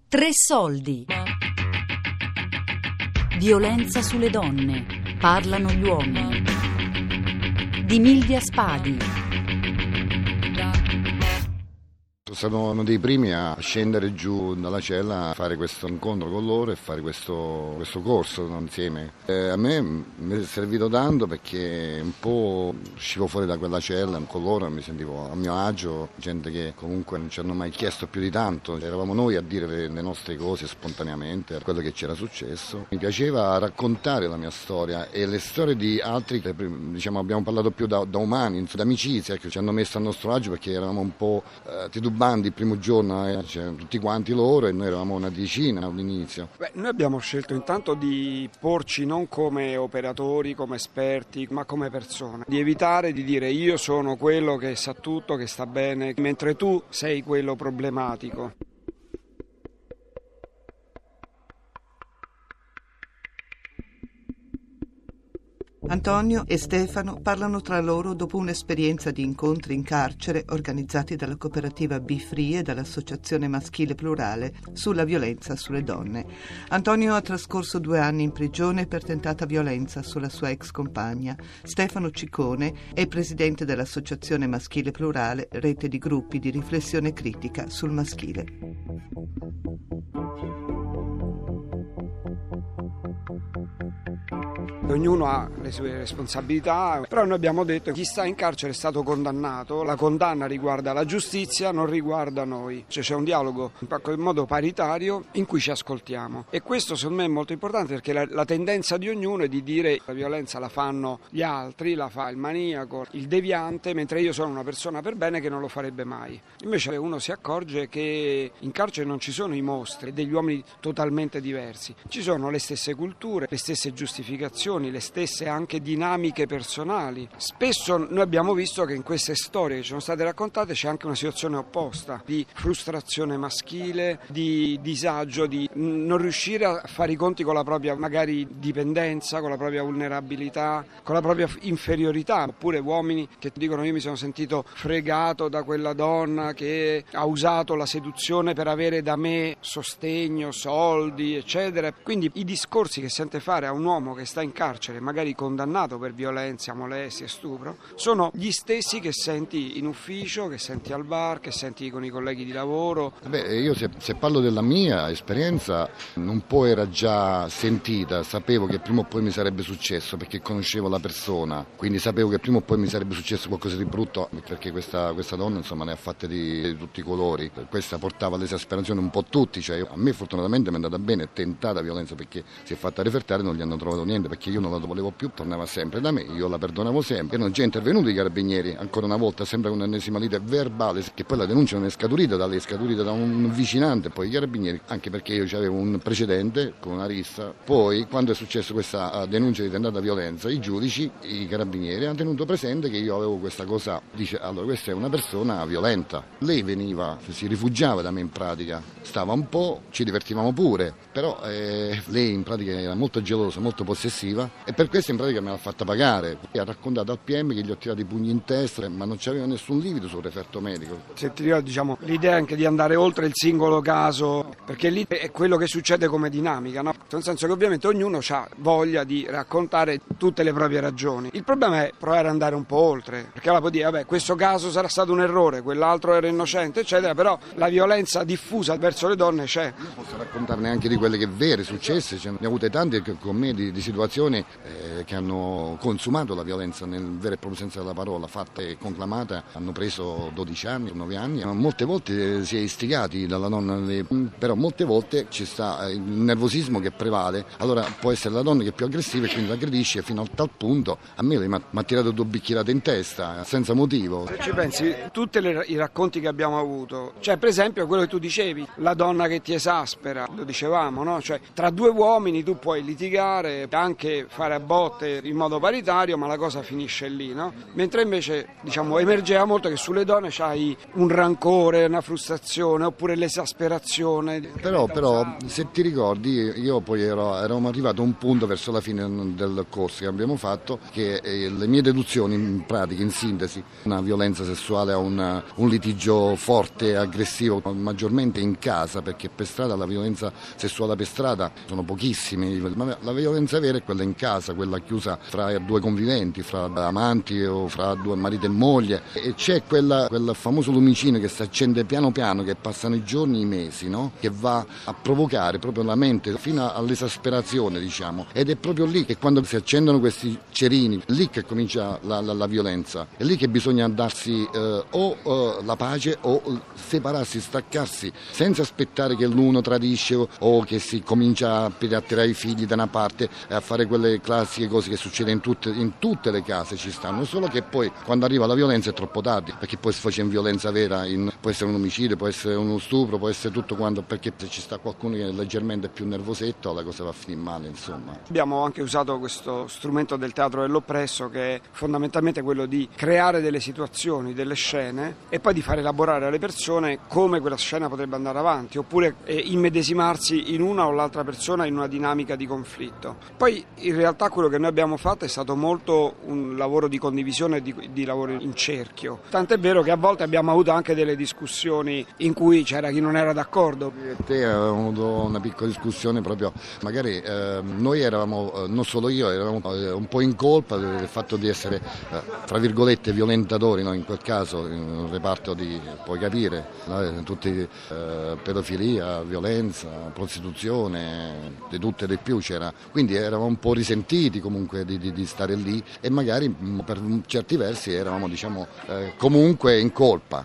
Tre soldi. Violenza sulle donne. Parlano gli uomini. Di Milvia Spadi. Sono stato uno dei primi a scendere giù dalla cella, a fare questo incontro con loro e fare questo corso insieme. A me mi è servito tanto perché un po' uscivo fuori da quella cella con loro e mi sentivo a mio agio, gente che comunque non ci hanno mai chiesto più di tanto. Eravamo noi a dire le nostre cose spontaneamente, quello che c'era successo. Mi piaceva raccontare la mia storia e le storie di altri che abbiamo parlato più da umani, da amicizia, che ci hanno messo a nostro agio perché eravamo un po' titubanti il primo giorno, tutti quanti loro, e noi eravamo una decina all'inizio. Noi abbiamo scelto intanto di porci non come operatori, come esperti, ma come persone, di evitare di dire io sono quello che sa tutto, che sta bene, mentre tu sei quello problematico. Antonio e Stefano parlano tra loro dopo un'esperienza di incontri in carcere organizzati dalla cooperativa Be Free e dall'Associazione Maschile Plurale sulla violenza sulle donne. Antonio ha trascorso 2 anni in prigione per tentata violenza sulla sua ex compagna. Stefano Ciccone è presidente dell'Associazione Maschile Plurale, rete di gruppi di riflessione critica sul maschile. Ognuno ha le sue responsabilità, però noi abbiamo detto che chi sta in carcere è stato condannato, la condanna riguarda la giustizia, non riguarda noi. C'è un dialogo in qualche modo paritario in cui ci ascoltiamo, e questo secondo me è molto importante, perché la tendenza di ognuno è di dire la violenza la fanno gli altri, la fa il maniaco, il deviante, mentre io sono una persona per bene che non lo farebbe mai. Invece uno si accorge che in carcere non ci sono i mostri, degli uomini totalmente diversi, ci sono le stesse culture, le stesse giustificazioni, le stesse anche dinamiche personali. Spesso noi abbiamo visto che in queste storie che ci sono state raccontate c'è anche una situazione opposta, di frustrazione maschile, di disagio, di non riuscire a fare i conti con la propria magari dipendenza, con la propria vulnerabilità, con la propria inferiorità, oppure uomini che dicono io mi sono sentito fregato da quella donna che ha usato la seduzione per avere da me sostegno, soldi, eccetera. Quindi i discorsi che sente fare a un uomo che sta in carcere, magari condannato per violenza, molestia, stupro, sono gli stessi che senti in ufficio, che senti al bar, che senti con i colleghi di lavoro. Io se parlo della mia esperienza, un po' era già sentita, sapevo che prima o poi mi sarebbe successo perché conoscevo la persona, quindi sapevo che prima o poi mi sarebbe successo qualcosa di brutto, perché questa donna insomma ne ha fatte di tutti i colori. Questa portava all'esasperazione un po' tutti, cioè a me fortunatamente mi è andata bene, è tentata violenza perché si è fatta refertare, non gli hanno trovato niente perché io non la volevo più, tornava sempre da me, io la perdonavo sempre. Erano già intervenuti i carabinieri, ancora una volta, sempre con un'ennesima lite verbale, che poi la denuncia non è scaturita da lei, è scaturita da un vicinante, poi i carabinieri, anche perché io avevo un precedente con una rissa. Poi, quando è successo questa denuncia di tentata violenza, i giudici, i carabinieri hanno tenuto presente che io avevo questa cosa, dice, allora questa è una persona violenta. Lei veniva, si rifugiava da me in pratica, stava un po', ci divertivamo pure, però lei in pratica era molto gelosa, molto possessiva, e per questo in pratica me l'ha fatta pagare. Ha raccontato al PM che gli ho tirato i pugni in testa, ma non c'aveva nessun livido sul referto medico. Se ti dico, l'idea anche di andare oltre il singolo caso, perché lì è quello che succede come dinamica, no? Nel senso che ovviamente ognuno ha voglia di raccontare tutte le proprie ragioni. Il problema è provare ad andare un po' oltre, perché allora puoi dire, vabbè, questo caso sarà stato un errore, quell'altro era innocente, eccetera, però la violenza diffusa verso le donne c'è. Io posso raccontarne anche di quelle che vere successe, ne ho avute tante con me di situazioni che hanno consumato la violenza nel vero e proprio senso della parola, fatta e conclamata, hanno preso 12 anni, 9 anni. Molte volte si è istigati dalla donna, però molte volte ci sta il nervosismo che prevale, allora può essere la donna che è più aggressiva e quindi l'aggredisce fino a tal punto. A me mi ha tirato 2 bicchierate in testa senza motivo. Se ci pensi, tutti i racconti che abbiamo avuto, cioè per esempio quello che tu dicevi, la donna che ti esaspera, lo dicevamo, no? Cioè tra 2 uomini tu puoi litigare, anche anche fare a botte in modo paritario, ma la cosa finisce lì, no? Mentre invece emergeva molto che sulle donne c'hai un rancore, una frustrazione oppure l'esasperazione. Però se ti ricordi, io poi eravamo arrivato a un punto verso la fine del corso che abbiamo fatto che le mie deduzioni in pratica, in sintesi, una violenza sessuale a un litigio forte, aggressivo, maggiormente in casa, perché per strada la violenza sessuale per strada sono pochissimi, ma la violenza vera è quella in casa, quella chiusa fra due conviventi, fra amanti o fra due marito e moglie, e c'è quel famoso lumicino che si accende piano piano, che passano i giorni e i mesi, no? Che va a provocare proprio la mente fino all'esasperazione, diciamo, ed è proprio lì che quando si accendono questi cerini, lì che comincia la violenza, è lì che bisogna darsi la pace o separarsi, staccarsi, senza aspettare che l'uno tradisce o che si comincia a tirare i figli da una parte e a fare quelle classiche cose che succedono in tutte le case, ci stanno, solo che poi quando arriva la violenza è troppo tardi, perché poi si faccia in violenza vera, può essere un omicidio, può essere uno stupro, può essere tutto quanto, perché se ci sta qualcuno che è leggermente più nervosetto la cosa va a finire male, insomma. Abbiamo anche usato questo strumento del teatro dell'oppresso, che è fondamentalmente quello di creare delle situazioni, delle scene e poi di far elaborare alle persone come quella scena potrebbe andare avanti, oppure immedesimarsi in una o l'altra persona in una dinamica di conflitto. Poi in realtà quello che noi abbiamo fatto è stato molto un lavoro di condivisione e di lavoro in cerchio, tant'è vero che a volte abbiamo avuto anche delle discussioni in cui c'era chi non era d'accordo. Te avevamo avuto una piccola discussione proprio, magari noi eravamo, non solo io, eravamo un po' in colpa del fatto di essere, tra virgolette, violentatori, no? In quel caso, in un reparto puoi capire, tutti pedofilia, violenza, prostituzione, di tutto e di più c'era, quindi eravamo un po' risentiti comunque di stare lì e magari per certi versi eravamo, diciamo, comunque in colpa,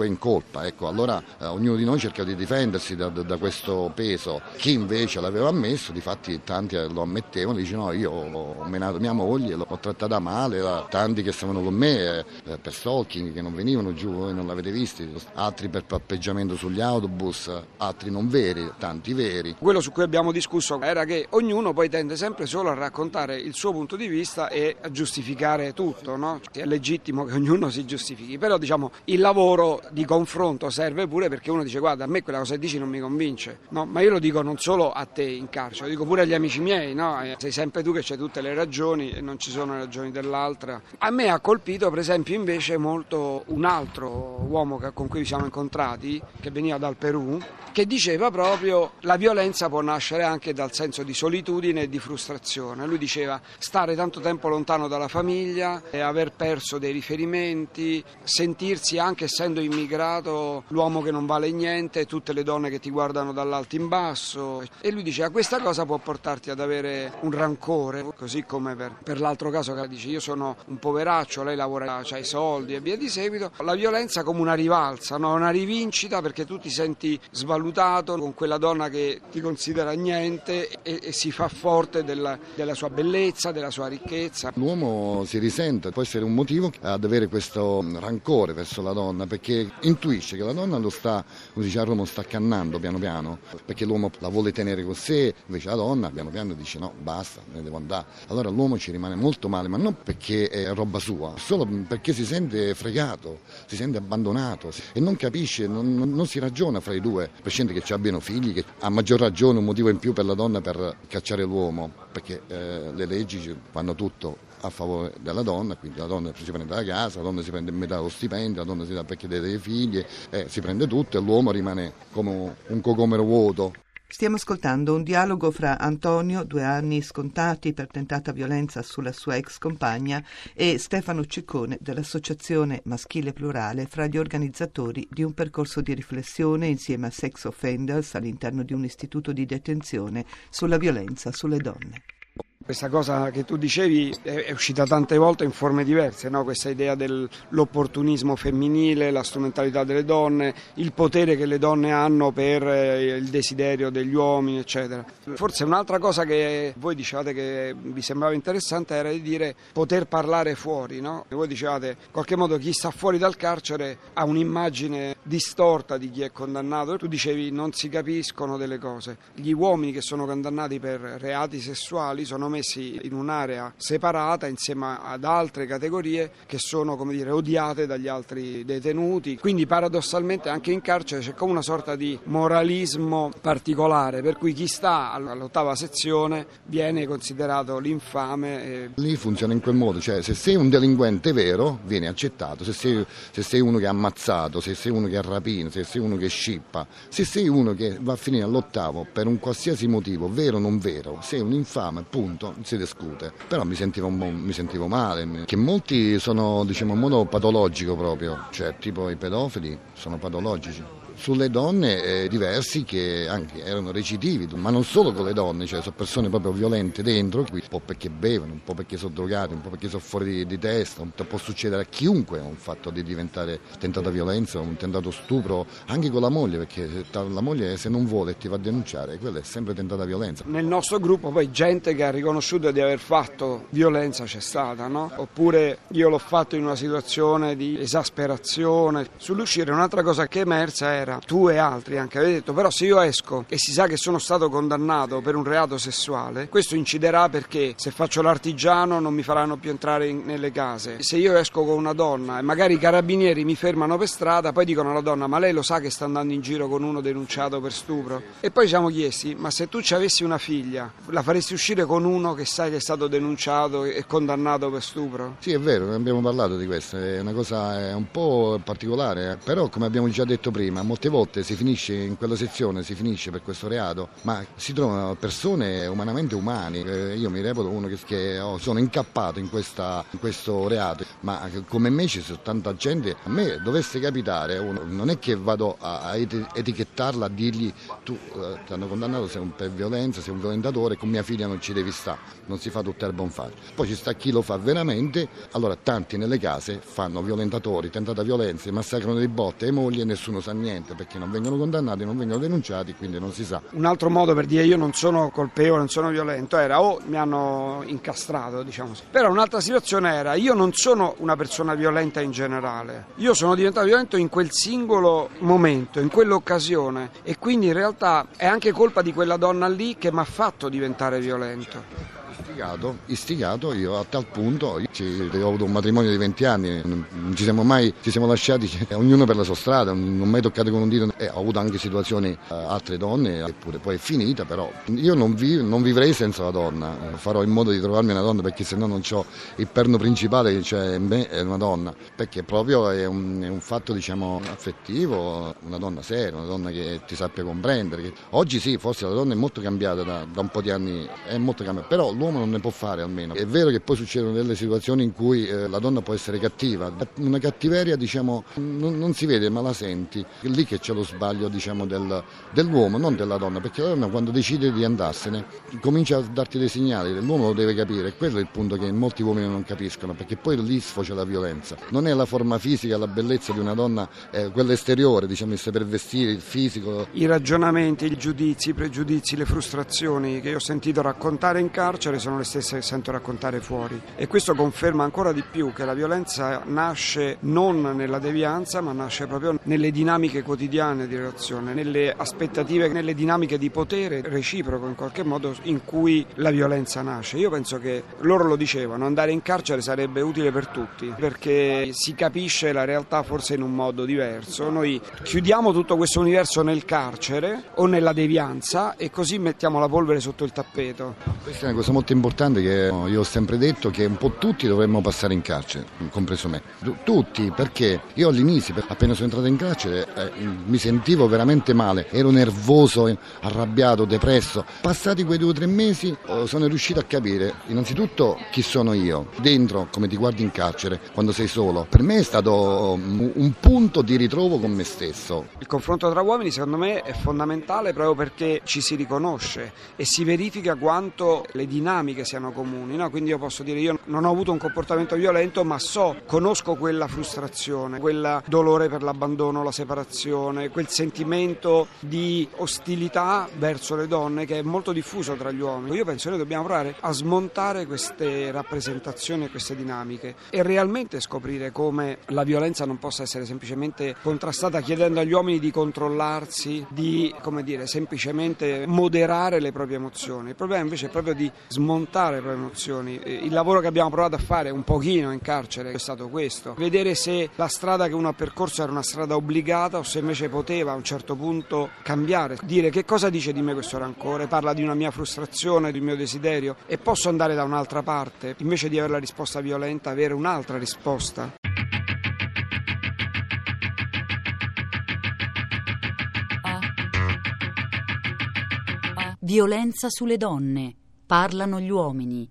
ecco, allora ognuno di noi cerca di difendersi da questo peso. Chi invece l'aveva ammesso, difatti tanti lo ammettevano, dicevano no, io ho menato mia moglie, l'ho trattata male, tanti che stavano con me per stalking, che non venivano giù, voi non l'avete visti, altri per pappeggiamento sugli autobus, altri non veri, tanti veri. Quello su cui abbiamo discusso era che ognuno poi tende sempre solo a raccontare il suo punto di vista e a giustificare tutto, no? È legittimo che ognuno si giustifichi, però diciamo il lavoro di confronto serve pure perché uno dice guarda, a me quella cosa che dici non mi convince, no? Ma io lo dico non solo a te in carcere, lo dico pure agli amici miei, no? Sei sempre tu che c'hai tutte le ragioni e non ci sono le ragioni dell'altra. A me ha colpito per esempio invece molto un altro uomo con cui ci siamo incontrati, che veniva dal Perù, che diceva proprio la violenza può nascere anche dal senso di solitudine e di frustrazione. Lui diceva stare tanto tempo lontano dalla famiglia, aver perso dei riferimenti, sentirsi anche essendo immigrato l'uomo che non vale niente, tutte le donne che ti guardano dall'alto in basso, e lui diceva questa cosa può portarti ad avere un rancore, così come per l'altro caso che dice io sono un poveraccio, lei lavora, c'ha i soldi e via di seguito, la violenza come una rivalsa, no? Una rivincita perché tu ti senti svalutato con quella donna che ti considera niente e si fa forte della sua bellezza, della sua ricchezza. L'uomo si risente, può essere un motivo ad avere questo rancore verso la donna, perché intuisce che la donna lo sta, come dice Roma, sta accannando piano piano, perché l'uomo la vuole tenere con sé, invece la donna piano piano dice no, basta, me ne devo andare. Allora l'uomo ci rimane molto male, ma non perché è roba sua, solo perché si sente fregato, si sente abbandonato e non capisce, non si ragiona fra i due, prescinde che ci abbiano figli, che a maggior ragione un motivo in più per la donna per cacciare l'uomo, perché le leggi fanno tutto a favore della donna, quindi la donna si prende la casa, la donna si prende metà lo stipendio, la donna si dà perché deve dei figli, si prende tutto e l'uomo rimane come un cocomero vuoto. Stiamo ascoltando un dialogo fra Antonio, 2 anni scontati per tentata violenza sulla sua ex compagna, e Stefano Ciccone dell'Associazione Maschile Plurale, fra gli organizzatori di un percorso di riflessione insieme a sex offenders all'interno di un istituto di detenzione sulla violenza sulle donne. Questa cosa che tu dicevi è uscita tante volte in forme diverse, no? Questa idea dell'opportunismo femminile, la strumentalità delle donne, il potere che le donne hanno per il desiderio degli uomini, eccetera. Forse un'altra cosa che voi dicevate che vi sembrava interessante era di dire poter parlare fuori, no? Voi dicevate in qualche modo chi sta fuori dal carcere ha un'immagine distorta di chi è condannato. Tu dicevi non si capiscono delle cose. Gli uomini che sono condannati per reati sessuali sono messi messi in un'area separata insieme ad altre categorie che sono, come dire, odiate dagli altri detenuti. Quindi paradossalmente anche in carcere c'è come una sorta di moralismo particolare, per cui chi sta all'8ª sezione viene considerato l'infame. Lì funziona in quel modo, cioè se sei un delinquente vero vieni accettato, se sei uno che ha ammazzato, se sei uno che ha rapino, se sei uno che scippa, se sei uno che va a finire all'8º per un qualsiasi motivo, vero o non vero, sei un infame, punto, non si discute. Però mi sentivo male, che molti sono, diciamo, in modo patologico proprio, cioè tipo i pedofili sono patologici. Sulle donne diversi che anche erano recidivi, ma non solo con le donne, cioè sono persone proprio violente dentro, un po' perché bevono, un po' perché sono drogati, un po' perché sono fuori di testa. Può succedere a chiunque un fatto di diventare tentata violenza, un tentato stupro, anche con la moglie, perché la moglie se non vuole e ti va a denunciare, quella è sempre tentata violenza. Nel nostro gruppo poi gente che ha riconosciuto di aver fatto violenza c'è stata, no? Oppure io l'ho fatto in una situazione di esasperazione. Sull'uscire un'altra cosa che è emersa era, tu e altri anche avete detto, però se io esco e si sa che sono stato condannato per un reato sessuale, questo inciderà perché se faccio l'artigiano non mi faranno più entrare nelle case. Se io esco con una donna e magari i carabinieri mi fermano per strada, poi dicono alla donna, ma lei lo sa che sta andando in giro con uno denunciato per stupro? E poi ci siamo chiesti, ma se tu ci avessi una figlia, la faresti uscire con uno che sai che è stato denunciato e condannato per stupro? Sì, è vero, abbiamo parlato di questo, è una cosa un po' particolare, però come abbiamo già detto prima, molte volte si finisce in quella sezione, si finisce per questo reato, ma si trovano persone umanamente umani. Io mi reputo uno che sono incappato in questo reato, ma come me ci sono tanta gente. A me dovesse capitare, non è che vado a etichettarla, a dirgli tu ti hanno condannato per violenza, sei un violentatore, con mia figlia non ci devi stare, non si fa tutto erba un fascio. Poi ci sta chi lo fa veramente. Allora tanti nelle case fanno violentatori, tentata violenza, massacrano di botte le mogli e nessuno sa niente, perché non vengono condannati, non vengono denunciati, quindi non si sa. Un altro modo per dire io non sono colpevole, non sono violento, era o mi hanno incastrato, diciamo così. Però un'altra situazione era, io non sono una persona violenta in generale, io sono diventato violento in quel singolo momento, in quell'occasione, e quindi in realtà è anche colpa di quella donna lì che mi ha fatto diventare violento. Istigato io a tal punto, ho avuto un matrimonio di 20 anni, non ci siamo lasciati ognuno per la sua strada, non ho mai toccato con un dito, ho avuto anche situazioni, altre donne, eppure poi è finita, però io non vivrei senza la donna, farò in modo di trovarmi una donna, perché sennò non c'ho il perno principale che c'è in me, è una donna, perché proprio è un fatto, diciamo, affettivo, una donna seria, una donna che ti sappia comprendere. Oggi sì, forse la donna è molto cambiata da un po' di anni, è molto cambiata, però l'uomo non ne può fare almeno. È vero che poi succedono delle situazioni in cui la donna può essere cattiva, una cattiveria, diciamo, non si vede ma la senti, è lì che c'è lo sbaglio, diciamo, dell'uomo, non della donna, perché la donna quando decide di andarsene comincia a darti dei segnali, l'uomo lo deve capire, e quello è il punto che molti uomini non capiscono, perché poi lì sfocia la violenza, non è la forma fisica, la bellezza di una donna, quella esteriore, diciamo, il saper vestire, il fisico. I ragionamenti, i giudizi, i pregiudizi, le frustrazioni che io ho sentito raccontare in carcere sono le stesse che sento raccontare fuori, e questo conferma ancora di più che la violenza nasce non nella devianza, ma nasce proprio nelle dinamiche quotidiane di relazione, nelle aspettative, nelle dinamiche di potere reciproco in qualche modo in cui la violenza nasce. Io penso che loro lo dicevano, andare in carcere sarebbe utile per tutti, perché si capisce la realtà forse in un modo diverso. Noi chiudiamo tutto questo universo nel carcere o nella devianza e così mettiamo la polvere sotto il tappeto. Questa è una cosa molto importante che io ho sempre detto, che un po' tutti dovremmo passare in carcere, compreso me. Tutti, perché io all'inizio, appena sono entrato in carcere, mi sentivo veramente male, ero nervoso, arrabbiato, depresso. Passati quei 2 o 3 mesi sono riuscito a capire innanzitutto chi sono io, dentro come ti guardi in carcere quando sei solo. Per me è stato un punto di ritrovo con me stesso. Il confronto tra uomini secondo me è fondamentale proprio perché ci si riconosce e si verifica quanto le dinamiche siano comuni, no? Quindi io posso dire, io non ho avuto un comportamento violento, ma conosco quella frustrazione, quel dolore per l'abbandono, la separazione, quel sentimento di ostilità verso le donne che è molto diffuso tra gli uomini. Io penso che noi dobbiamo provare a smontare queste rappresentazioni e queste dinamiche e realmente scoprire come la violenza non possa essere semplicemente contrastata chiedendo agli uomini di controllarsi, di, come dire, semplicemente moderare le proprie emozioni. Il problema invece è proprio di smontare smontare le proprie emozioni. Il lavoro che abbiamo provato a fare un pochino in carcere è stato questo: vedere se la strada che uno ha percorso era una strada obbligata o se invece poteva a un certo punto cambiare, dire che cosa dice di me questo rancore, parla di una mia frustrazione, di un mio desiderio, e posso andare da un'altra parte, invece di avere la risposta violenta, avere un'altra risposta. Violenza sulle donne. Parlano gli uomini.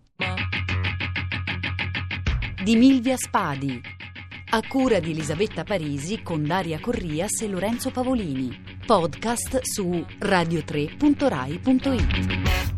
Di Milvia Spadi. A cura di Elisabetta Parisi con Daria Corrias e Lorenzo Pavolini. Podcast su radio3.rai.it.